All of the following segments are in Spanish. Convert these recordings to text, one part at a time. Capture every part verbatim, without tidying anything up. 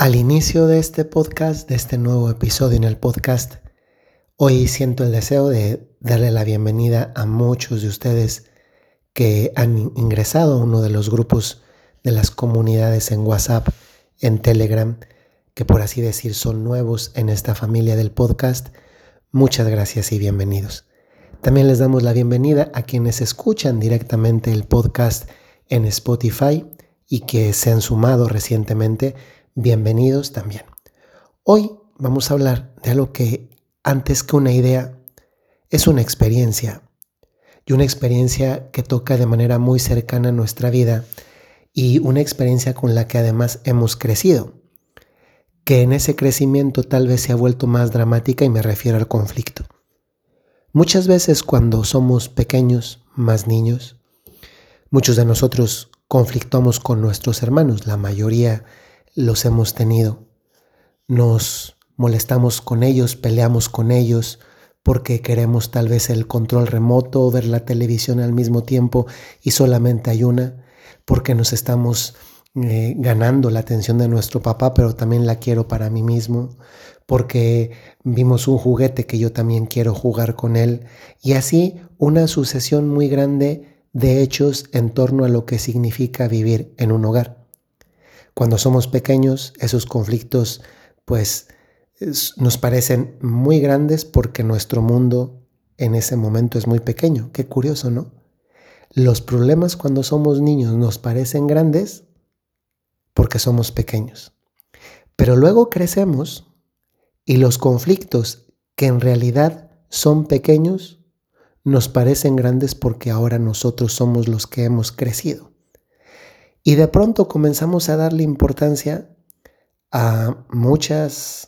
Al inicio de este podcast, de este nuevo episodio en el podcast, hoy siento el deseo de darle la bienvenida a muchos de ustedes que han ingresado a uno de los grupos de las comunidades en WhatsApp, en Telegram, que por así decir son nuevos en esta familia del podcast. Muchas gracias y bienvenidos. También les damos la bienvenida a quienes escuchan directamente el podcast en Spotify y que se han sumado recientemente. Bienvenidos también. Hoy vamos a hablar de algo que antes que una idea es una experiencia y una experiencia que toca de manera muy cercana nuestra vida y una experiencia con la que además hemos crecido, que en ese crecimiento tal vez se ha vuelto más dramática y me refiero al conflicto. Muchas veces cuando somos pequeños, más niños, muchos de nosotros conflictuamos con nuestros hermanos, la mayoría los hemos tenido. Nos molestamos con ellos, peleamos con ellos porque queremos tal vez el control remoto o ver la televisión al mismo tiempo y solamente hay una, porque nos estamos eh, ganando la atención de nuestro papá, pero también la quiero para mí mismo, porque vimos un juguete que yo también quiero jugar con él, y así una sucesión muy grande de hechos en torno a lo que significa vivir en un hogar. Cuando somos pequeños, esos conflictos pues es, nos parecen muy grandes porque nuestro mundo en ese momento es muy pequeño. Qué curioso, ¿no? Los problemas cuando somos niños nos parecen grandes porque somos pequeños. Pero luego crecemos y los conflictos que en realidad son pequeños nos parecen grandes porque ahora nosotros somos los que hemos crecido. Y de pronto comenzamos a darle importancia a muchos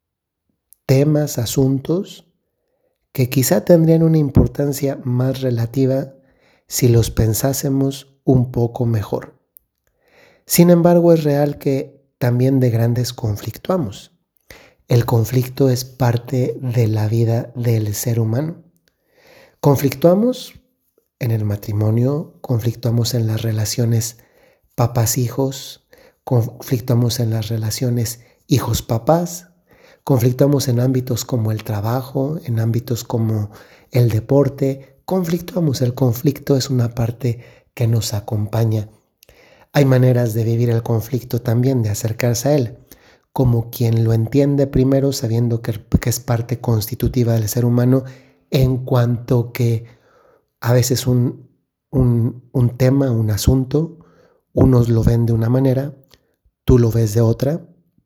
temas, asuntos que quizá tendrían una importancia más relativa si los pensásemos un poco mejor. Sin embargo, es real que también de grandes conflictuamos. El conflicto es parte de la vida del ser humano. Conflictuamos en el matrimonio, conflictuamos en las relaciones papás-hijos, conflictuamos en las relaciones hijos-papás, conflictuamos en ámbitos como el trabajo, en ámbitos como el deporte, conflictuamos. El conflicto es una parte que nos acompaña. Hay maneras de vivir el conflicto también, de acercarse a él, como quien lo entiende primero sabiendo que, que es parte constitutiva del ser humano, en cuanto que a veces un, un, un tema, un asunto, unos lo ven de una manera, tú lo ves de otra.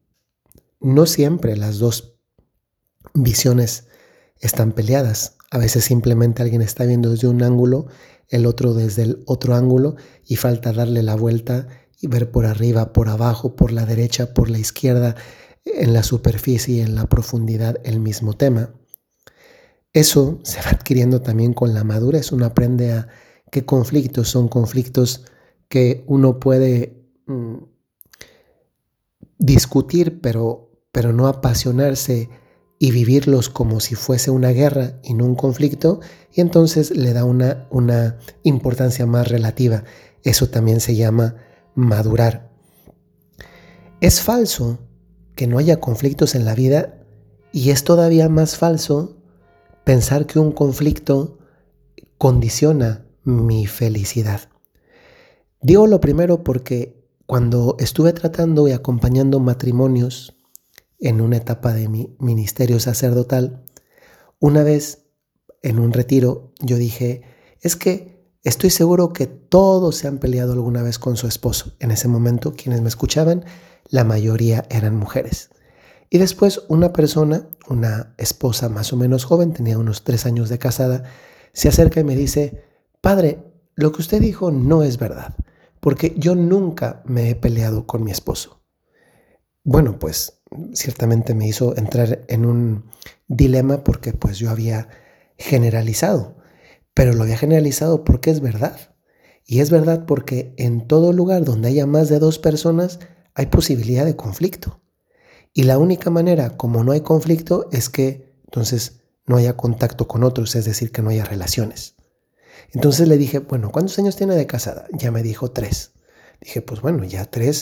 No siempre las dos visiones están peleadas. A veces simplemente alguien está viendo desde un ángulo, el otro desde el otro ángulo, y falta darle la vuelta y ver por arriba, por abajo, por la derecha, por la izquierda, en la superficie y en la profundidad el mismo tema. Eso se va adquiriendo también con la madurez. Uno aprende a qué conflictos son conflictos que uno puede mmm, discutir, pero, pero no apasionarse y vivirlos como si fuese una guerra y no un conflicto, y entonces le da una, una importancia más relativa. Eso también se llama madurar. Es falso que no haya conflictos en la vida, y es todavía más falso pensar que un conflicto condiciona mi felicidad. Digo lo primero porque cuando estuve tratando y acompañando matrimonios en una etapa de mi ministerio sacerdotal, una vez en un retiro yo dije, es que estoy seguro que todos se han peleado alguna vez con su esposo. En ese momento quienes me escuchaban, la mayoría eran mujeres. Y después una persona, una esposa más o menos joven, tenía unos tres años de casada, se acerca y me dice, padre, lo que usted dijo no es verdad, porque yo nunca me he peleado con mi esposo. Bueno, pues ciertamente me hizo entrar en un dilema porque pues yo había generalizado, pero lo había generalizado porque es verdad. Y es verdad porque en todo lugar donde haya más de dos personas hay posibilidad de conflicto. Y la única manera como no hay conflicto es que entonces no haya contacto con otros, es decir, que no haya relaciones. Entonces le dije, bueno, ¿cuántos años tiene de casada? Ya me dijo tres. Dije, pues bueno, ya tres,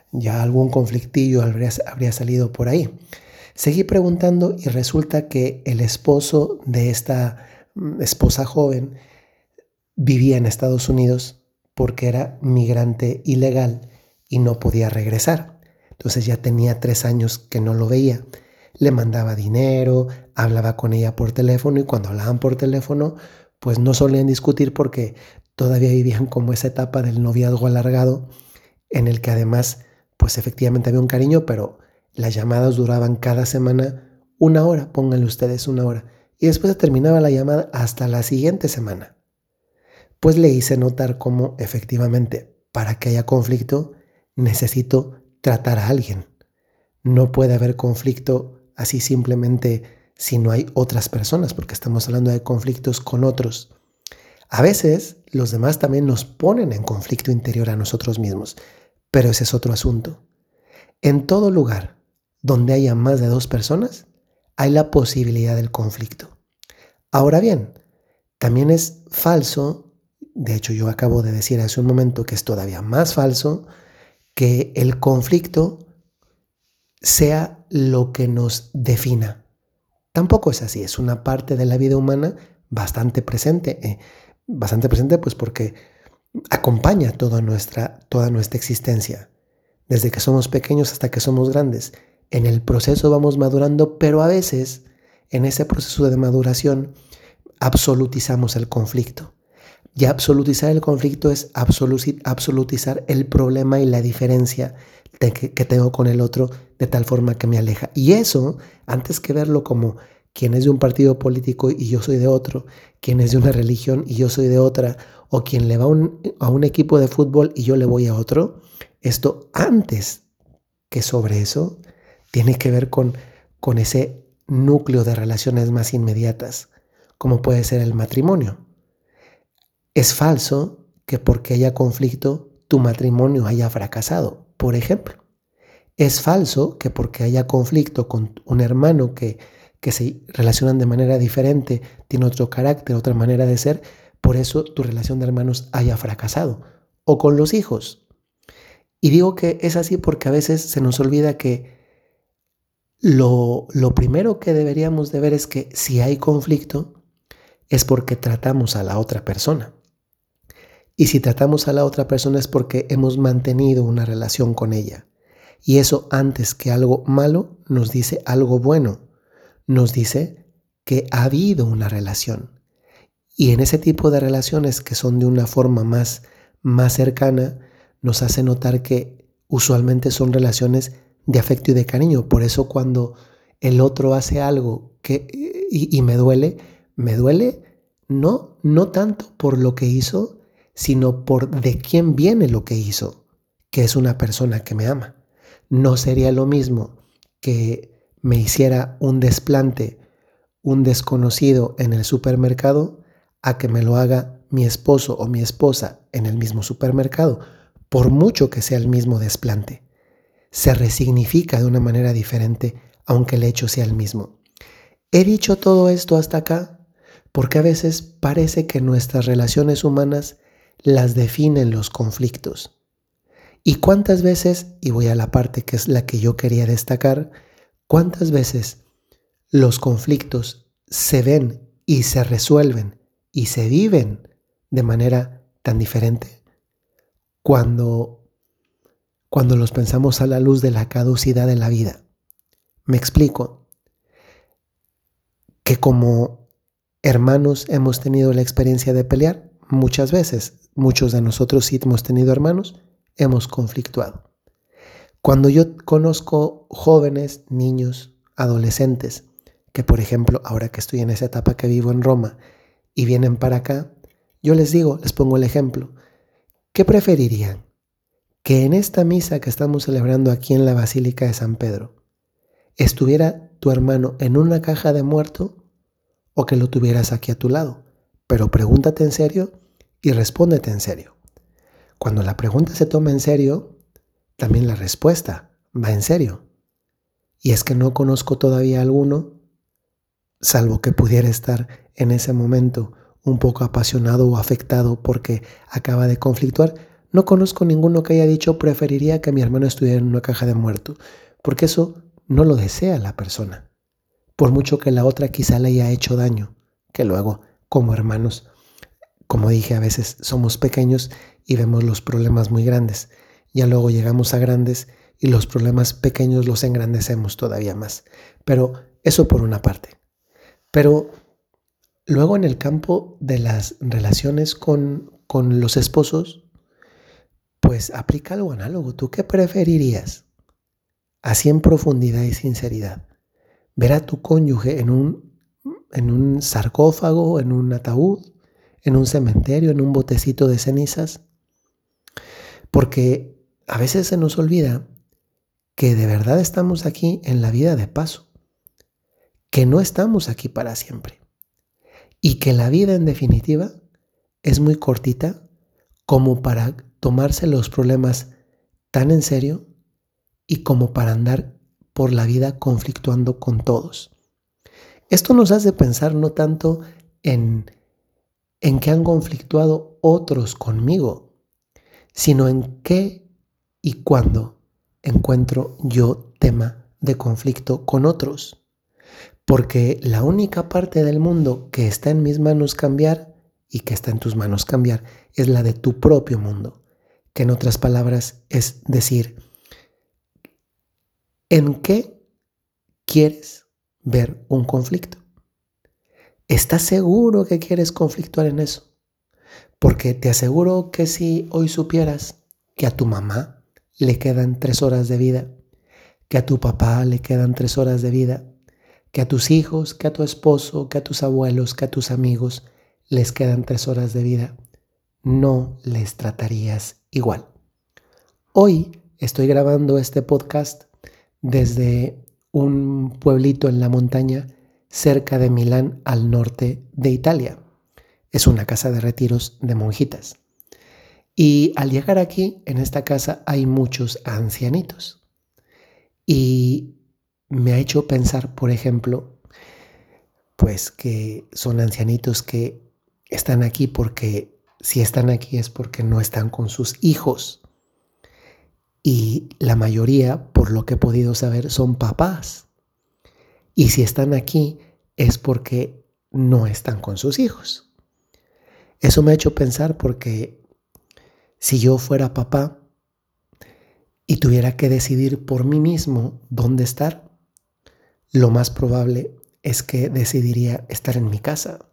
ya algún conflictillo habría, habría salido por ahí. Seguí preguntando y resulta que el esposo de esta mm, esposa joven vivía en Estados Unidos porque era migrante ilegal y no podía regresar. Entonces ya tenía tres años que no lo veía. Le mandaba dinero, hablaba con ella por teléfono y cuando hablaban por teléfono, pues no solían discutir porque todavía vivían como esa etapa del noviazgo alargado en el que además, pues efectivamente había un cariño, pero las llamadas duraban cada semana una hora, pónganle ustedes una hora. Y después se terminaba la llamada hasta la siguiente semana. Pues le hice notar cómo efectivamente para que haya conflicto necesito tratar a alguien. No puede haber conflicto así simplemente si no hay otras personas, porque estamos hablando de conflictos con otros. A veces los demás también nos ponen en conflicto interior a nosotros mismos, pero ese es otro asunto. En todo lugar donde haya más de dos personas, hay la posibilidad del conflicto. Ahora bien, también es falso, de hecho yo acabo de decir hace un momento que es todavía más falso, que el conflicto sea lo que nos defina. Tampoco es así, es una parte de la vida humana bastante presente, eh, bastante presente pues porque acompaña toda nuestra, toda nuestra existencia, desde que somos pequeños hasta que somos grandes. En el proceso vamos madurando, pero a veces en ese proceso de maduración absolutizamos el conflicto. Y absolutizar el conflicto es absolutizar el problema y la diferencia de que, que tengo con el otro de tal forma que me aleja. Y eso, antes que verlo como quien es de un partido político y yo soy de otro, quien es de una religión y yo soy de otra, o quien le va un, a un equipo de fútbol y yo le voy a otro, esto antes que sobre eso tiene que ver con, con ese núcleo de relaciones más inmediatas, como puede ser el matrimonio. Es falso que porque haya conflicto tu matrimonio haya fracasado, por ejemplo. Es falso que porque haya conflicto con un hermano que, que se relacionan de manera diferente, tiene otro carácter, otra manera de ser, por eso tu relación de hermanos haya fracasado. O con los hijos. Y digo que es así porque a veces se nos olvida que lo, lo primero que deberíamos de ver es que si hay conflicto es porque tratamos a la otra persona. Y si tratamos a la otra persona es porque hemos mantenido una relación con ella. Y eso antes que algo malo nos dice algo bueno. Nos dice que ha habido una relación. Y en ese tipo de relaciones que son de una forma más, más cercana, nos hace notar que usualmente son relaciones de afecto y de cariño. Por eso cuando el otro hace algo que, y, y me duele, me duele no, no tanto por lo que hizo, sino por de quién viene lo que hizo, que es una persona que me ama. No sería lo mismo que me hiciera un desplante, un desconocido en el supermercado, a que me lo haga mi esposo o mi esposa en el mismo supermercado, por mucho que sea el mismo desplante. Se resignifica de una manera diferente, aunque el hecho sea el mismo. He dicho todo esto hasta acá porque a veces parece que nuestras relaciones humanas las definen los conflictos. ¿Y cuántas veces, y voy a la parte que es la que yo quería destacar, cuántas veces los conflictos se ven y se resuelven y se viven de manera tan diferente cuando, cuando los pensamos a la luz de la caducidad de la vida? Me explico. Que como hermanos hemos tenido la experiencia de pelear muchas veces. Muchos de nosotros sí hemos tenido hermanos, hemos conflictuado. Cuando yo conozco jóvenes, niños, adolescentes, que por ejemplo, ahora que estoy en esa etapa que vivo en Roma y vienen para acá, yo les digo, les pongo el ejemplo, ¿qué preferirían? Que en esta misa que estamos celebrando aquí en la Basílica de San Pedro, estuviera tu hermano en una caja de muerto o que lo tuvieras aquí a tu lado. Pero pregúntate en serio y respóndete en serio. Cuando la pregunta se toma en serio, también la respuesta va en serio. Y es que no conozco todavía alguno, salvo que pudiera estar en ese momento un poco apasionado o afectado porque acaba de conflictuar, No conozco ninguno que haya dicho preferiría que mi hermano estuviera en una caja de muerto, porque eso no lo desea la persona, por mucho que la otra quizá le haya hecho daño, que luego, como hermanos, como dije, a veces somos pequeños y vemos los problemas muy grandes. Ya luego llegamos a grandes y los problemas pequeños los engrandecemos todavía más. Pero eso por una parte. Pero luego en el campo de las relaciones con, con los esposos, pues aplica algo análogo. ¿Tú qué preferirías? Así en profundidad y sinceridad. ¿Ver a tu cónyuge en un, en un sarcófago, en un ataúd, en un cementerio, en un botecito de cenizas? Porque a veces se nos olvida que de verdad estamos aquí en la vida de paso, que no estamos aquí para siempre y que la vida en definitiva es muy cortita como para tomarse los problemas tan en serio y como para andar por la vida conflictuando con todos. Esto nos hace pensar no tanto en, en qué han conflictuado otros conmigo, sino en qué y cuándo encuentro yo tema de conflicto con otros. Porque la única parte del mundo que está en mis manos cambiar y que está en tus manos cambiar es la de tu propio mundo, que en otras palabras es decir, ¿en qué quieres ver un conflicto? ¿Estás seguro que quieres conflictuar en eso? Porque te aseguro que si hoy supieras que a tu mamá le quedan tres horas de vida, que a tu papá le quedan tres horas de vida, que a tus hijos, que a tu esposo, que a tus abuelos, que a tus amigos les quedan tres horas de vida, no les tratarías igual. Hoy estoy grabando este podcast desde un pueblito en la montaña cerca de Milán, al norte de Italia. Es una casa de retiros de monjitas. Y al llegar aquí, en esta casa, hay muchos ancianitos. Y me ha hecho pensar, por ejemplo, pues que son ancianitos que están aquí porque si están aquí es porque no están con sus hijos. Y la mayoría, por lo que he podido saber, son papás. Y si están aquí es porque no están con sus hijos. Eso me ha hecho pensar porque si yo fuera papá y tuviera que decidir por mí mismo dónde estar, lo más probable es que decidiría estar en mi casa.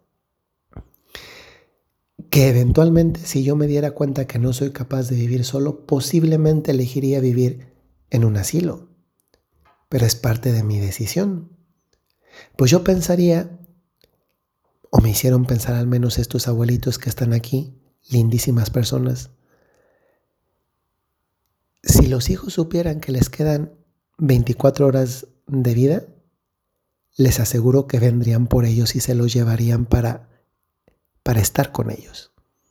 Que eventualmente, si yo me diera cuenta que no soy capaz de vivir solo, posiblemente elegiría vivir en un asilo. Pero es parte de mi decisión. Pues yo pensaría, o me hicieron pensar al menos estos abuelitos que están aquí, lindísimas personas, si los hijos supieran que les quedan veinticuatro horas de vida, les aseguro que vendrían por ellos y se los llevarían para, para estar con ellos.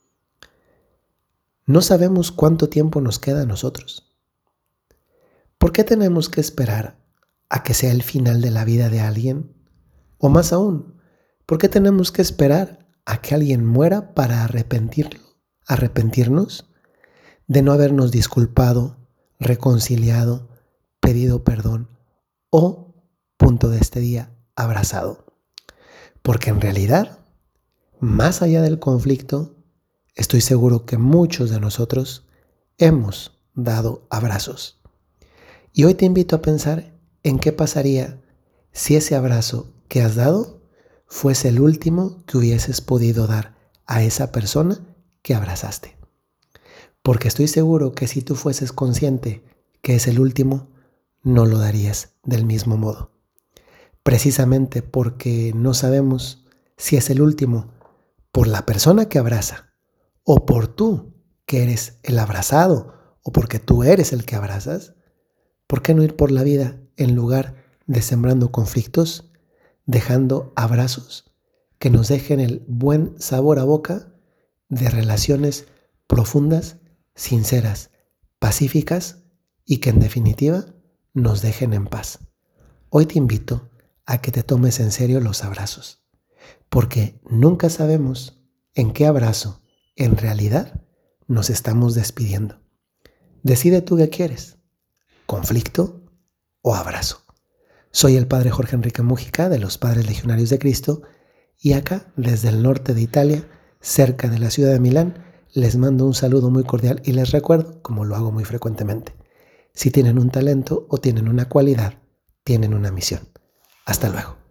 No sabemos cuánto tiempo nos queda a nosotros. ¿Por qué tenemos que esperar a que sea el final de la vida de alguien? O más aún, ¿por qué tenemos que esperar a que alguien muera para arrepentirlo, arrepentirnos de no habernos disculpado, reconciliado, pedido perdón o, punto de este día, abrazado? Porque en realidad, más allá del conflicto, estoy seguro que muchos de nosotros hemos dado abrazos. Y hoy te invito a pensar en qué pasaría si ese abrazo que has dado fuese el último que hubieses podido dar a esa persona que abrazaste. Porque estoy seguro que si tú fueses consciente que es el último, no lo darías del mismo modo. Precisamente porque no sabemos si es el último por la persona que abraza, o por tú que eres el abrazado, o porque tú eres el que abrazas. ¿Por qué no ir por la vida en lugar de sembrando conflictos, dejando abrazos que nos dejen el buen sabor a boca de relaciones profundas, sinceras, pacíficas y que en definitiva nos dejen en paz? Hoy te invito a que te tomes en serio los abrazos, porque nunca sabemos en qué abrazo en realidad nos estamos despidiendo. Decide tú qué quieres, conflicto o abrazo. Soy el Padre Jorge Enrique Mújica de los Padres Legionarios de Cristo y acá, desde el norte de Italia, cerca de la ciudad de Milán, les mando un saludo muy cordial y les recuerdo, como lo hago muy frecuentemente, si tienen un talento o tienen una cualidad, tienen una misión. Hasta luego.